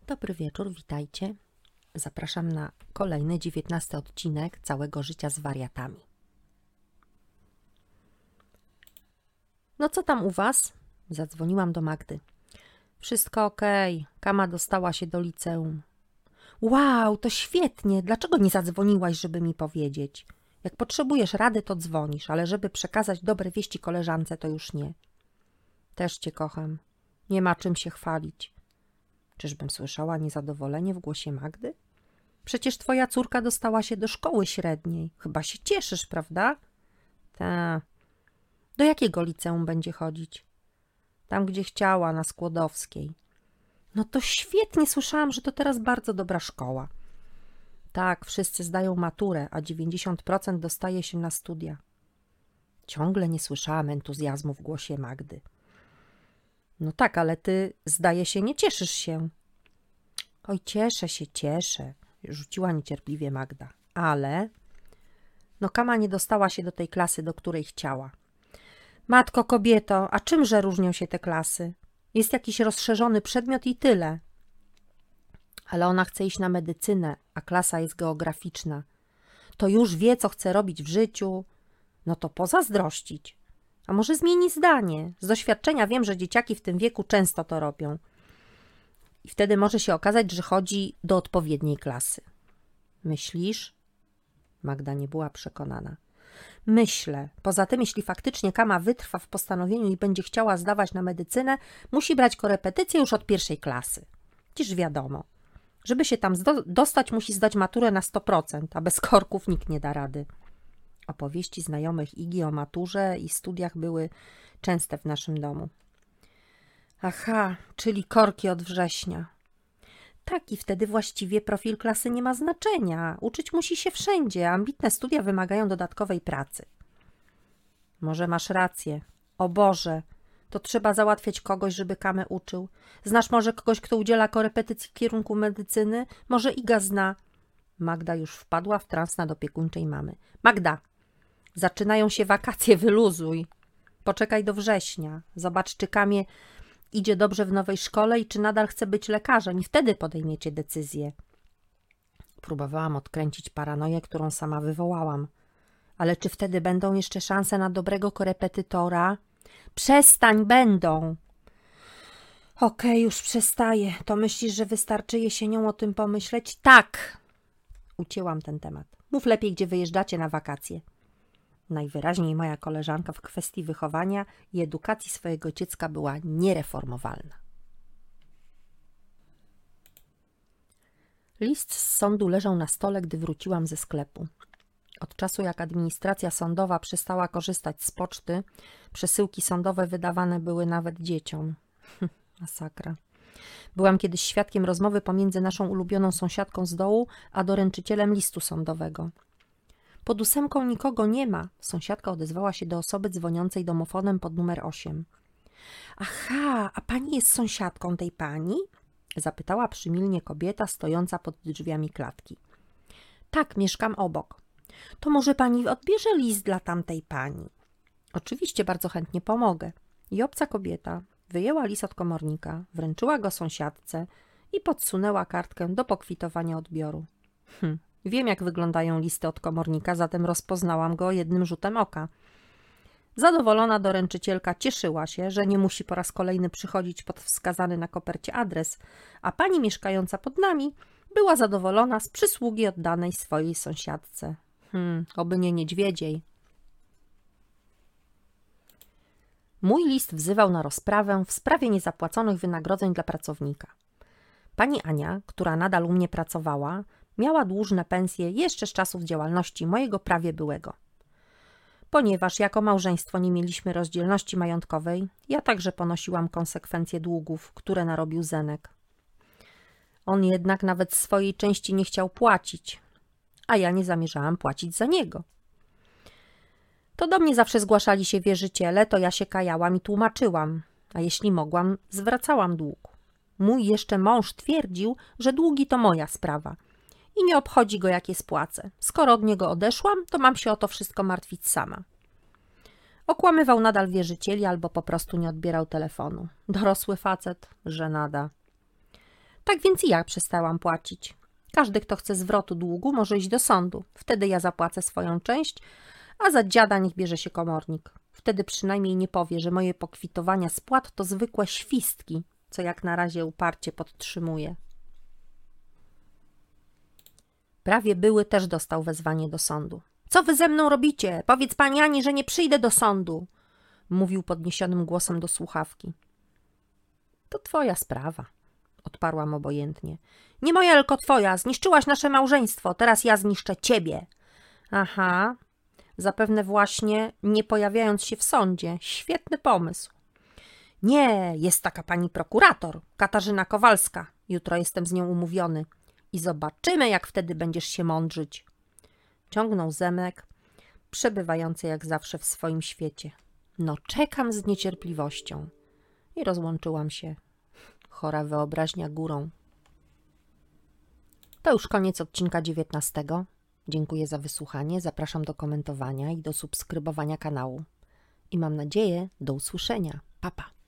Dobry wieczór, witajcie. Zapraszam na kolejny 19 odcinek Całego życia z wariatami. No co tam u was? Zadzwoniłam do Magdy. Wszystko okej. Kama dostała się do liceum. Wow, to świetnie. Dlaczego nie zadzwoniłaś, żeby mi powiedzieć? Jak potrzebujesz rady, to dzwonisz, ale żeby przekazać dobre wieści koleżance, to już nie. Też cię kocham. Nie ma czym się chwalić. Czyżbym słyszała niezadowolenie w głosie Magdy? Przecież twoja córka dostała się do szkoły średniej. Chyba się cieszysz, prawda? Ta. Do jakiego liceum będzie chodzić? Tam, gdzie chciała, na Skłodowskiej. No to świetnie, słyszałam, że to teraz bardzo dobra szkoła. Tak, wszyscy zdają maturę, a 90% dostaje się na studia. Ciągle nie słyszałam entuzjazmu w głosie Magdy. No tak, ale ty, zdaje się, nie cieszysz się. Oj, cieszę, rzuciła niecierpliwie Magda. Ale... No Kama nie dostała się do tej klasy, do której chciała. Matko kobieto, a czymże różnią się te klasy? Jest jakiś rozszerzony przedmiot i tyle. Ale ona chce iść na medycynę, a klasa jest geograficzna. To już wie, co chce robić w życiu. No to pozazdrościć. A może zmieni zdanie? Z doświadczenia wiem, że dzieciaki w tym wieku często to robią. I wtedy może się okazać, że chodzi do odpowiedniej klasy. Myślisz? Magda nie była przekonana. Myślę. Poza tym, jeśli faktycznie Kama wytrwa w postanowieniu i będzie chciała zdawać na medycynę, musi brać korepetycje już od pierwszej klasy. Przecież wiadomo. Żeby się tam dostać, musi zdać maturę na 100%, a bez korków nikt nie da rady. Opowieści znajomych Igi o maturze i studiach były częste w naszym domu. Aha, czyli korki od września. Tak, i wtedy właściwie profil klasy nie ma znaczenia. Uczyć musi się wszędzie, a ambitne studia wymagają dodatkowej pracy. Może masz rację. O Boże, to trzeba załatwiać kogoś, żeby Kamę uczył. Znasz może kogoś, kto udziela korepetycji w kierunku medycyny? Może Iga zna? Magda już wpadła w trans nadopiekuńczej mamy. Magda, zaczynają się wakacje, wyluzuj. Poczekaj do września. Zobacz, czy Kamie idzie dobrze w nowej szkole i czy nadal chce być lekarzem i wtedy podejmiecie decyzję. Próbowałam odkręcić paranoję, którą sama wywołałam. Ale czy wtedy będą jeszcze szanse na dobrego korepetytora? Przestań, będą! Okej, już przestaję. To myślisz, że wystarczy jesienią o tym pomyśleć? Tak! Ucięłam ten temat. Mów lepiej, gdzie wyjeżdżacie na wakacje. Najwyraźniej moja koleżanka w kwestii wychowania i edukacji swojego dziecka była niereformowalna. List z sądu leżał na stole, gdy wróciłam ze sklepu. Od czasu, jak administracja sądowa przestała korzystać z poczty, przesyłki sądowe wydawane były nawet dzieciom. Masakra. Byłam kiedyś świadkiem rozmowy pomiędzy naszą ulubioną sąsiadką z dołu, a doręczycielem listu sądowego. Pod 8 nikogo nie ma. Sąsiadka odezwała się do osoby dzwoniącej domofonem pod numer 8. Aha, a pani jest sąsiadką tej pani? Zapytała przymilnie kobieta stojąca pod drzwiami klatki. Tak, mieszkam obok. To może pani odbierze list dla tamtej pani? Oczywiście, bardzo chętnie pomogę. I obca kobieta wyjęła list od komornika, wręczyła go sąsiadce i podsunęła kartkę do pokwitowania odbioru. Wiem, jak wyglądają listy od komornika, zatem rozpoznałam go jednym rzutem oka. Zadowolona doręczycielka cieszyła się, że nie musi po raz kolejny przychodzić pod wskazany na kopercie adres, a pani mieszkająca pod nami była zadowolona z przysługi oddanej swojej sąsiadce. Oby nie niedźwiedziej. Mój list wzywał na rozprawę w sprawie niezapłaconych wynagrodzeń dla pracownika. Pani Ania, która nadal u mnie pracowała, miała dłużne pensje jeszcze z czasów działalności mojego prawie byłego. Ponieważ jako małżeństwo nie mieliśmy rozdzielności majątkowej, ja także ponosiłam konsekwencje długów, które narobił Zenek. On jednak nawet swojej części nie chciał płacić, a ja nie zamierzałam płacić za niego. To do mnie zawsze zgłaszali się wierzyciele, to ja się kajałam i tłumaczyłam, a jeśli mogłam, zwracałam dług. Mój jeszcze mąż twierdził, że długi to moja sprawa i nie obchodzi go, jak je spłacę. Skoro od niego odeszłam, to mam się o to wszystko martwić sama. Okłamywał nadal wierzycieli albo po prostu nie odbierał telefonu. Dorosły facet, żenada. Tak więc i ja przestałam płacić. Każdy, kto chce zwrotu długu, może iść do sądu. Wtedy ja zapłacę swoją część, a za dziada niech bierze się komornik. Wtedy przynajmniej nie powie, że moje pokwitowania spłat to zwykłe świstki, co jak na razie uparcie podtrzymuje. Prawie były też dostał wezwanie do sądu. Co wy ze mną robicie? Powiedz pani Ani, że nie przyjdę do sądu, mówił podniesionym głosem do słuchawki. To twoja sprawa, odparłam obojętnie. Nie moja, tylko twoja. Zniszczyłaś nasze małżeństwo. Teraz ja zniszczę ciebie. Aha, zapewne właśnie nie pojawiając się w sądzie. Świetny pomysł. Nie, jest taka pani prokurator, Katarzyna Kowalska. Jutro jestem z nią umówiony. I zobaczymy, jak wtedy będziesz się mądrzyć. Ciągnął Zemek, przebywający jak zawsze w swoim świecie. No, czekam z niecierpliwością. I rozłączyłam się. Chora wyobraźnia górą. To już koniec odcinka 19. Dziękuję za wysłuchanie, zapraszam do komentowania i do subskrybowania kanału. I mam nadzieję, do usłyszenia. Pa, pa.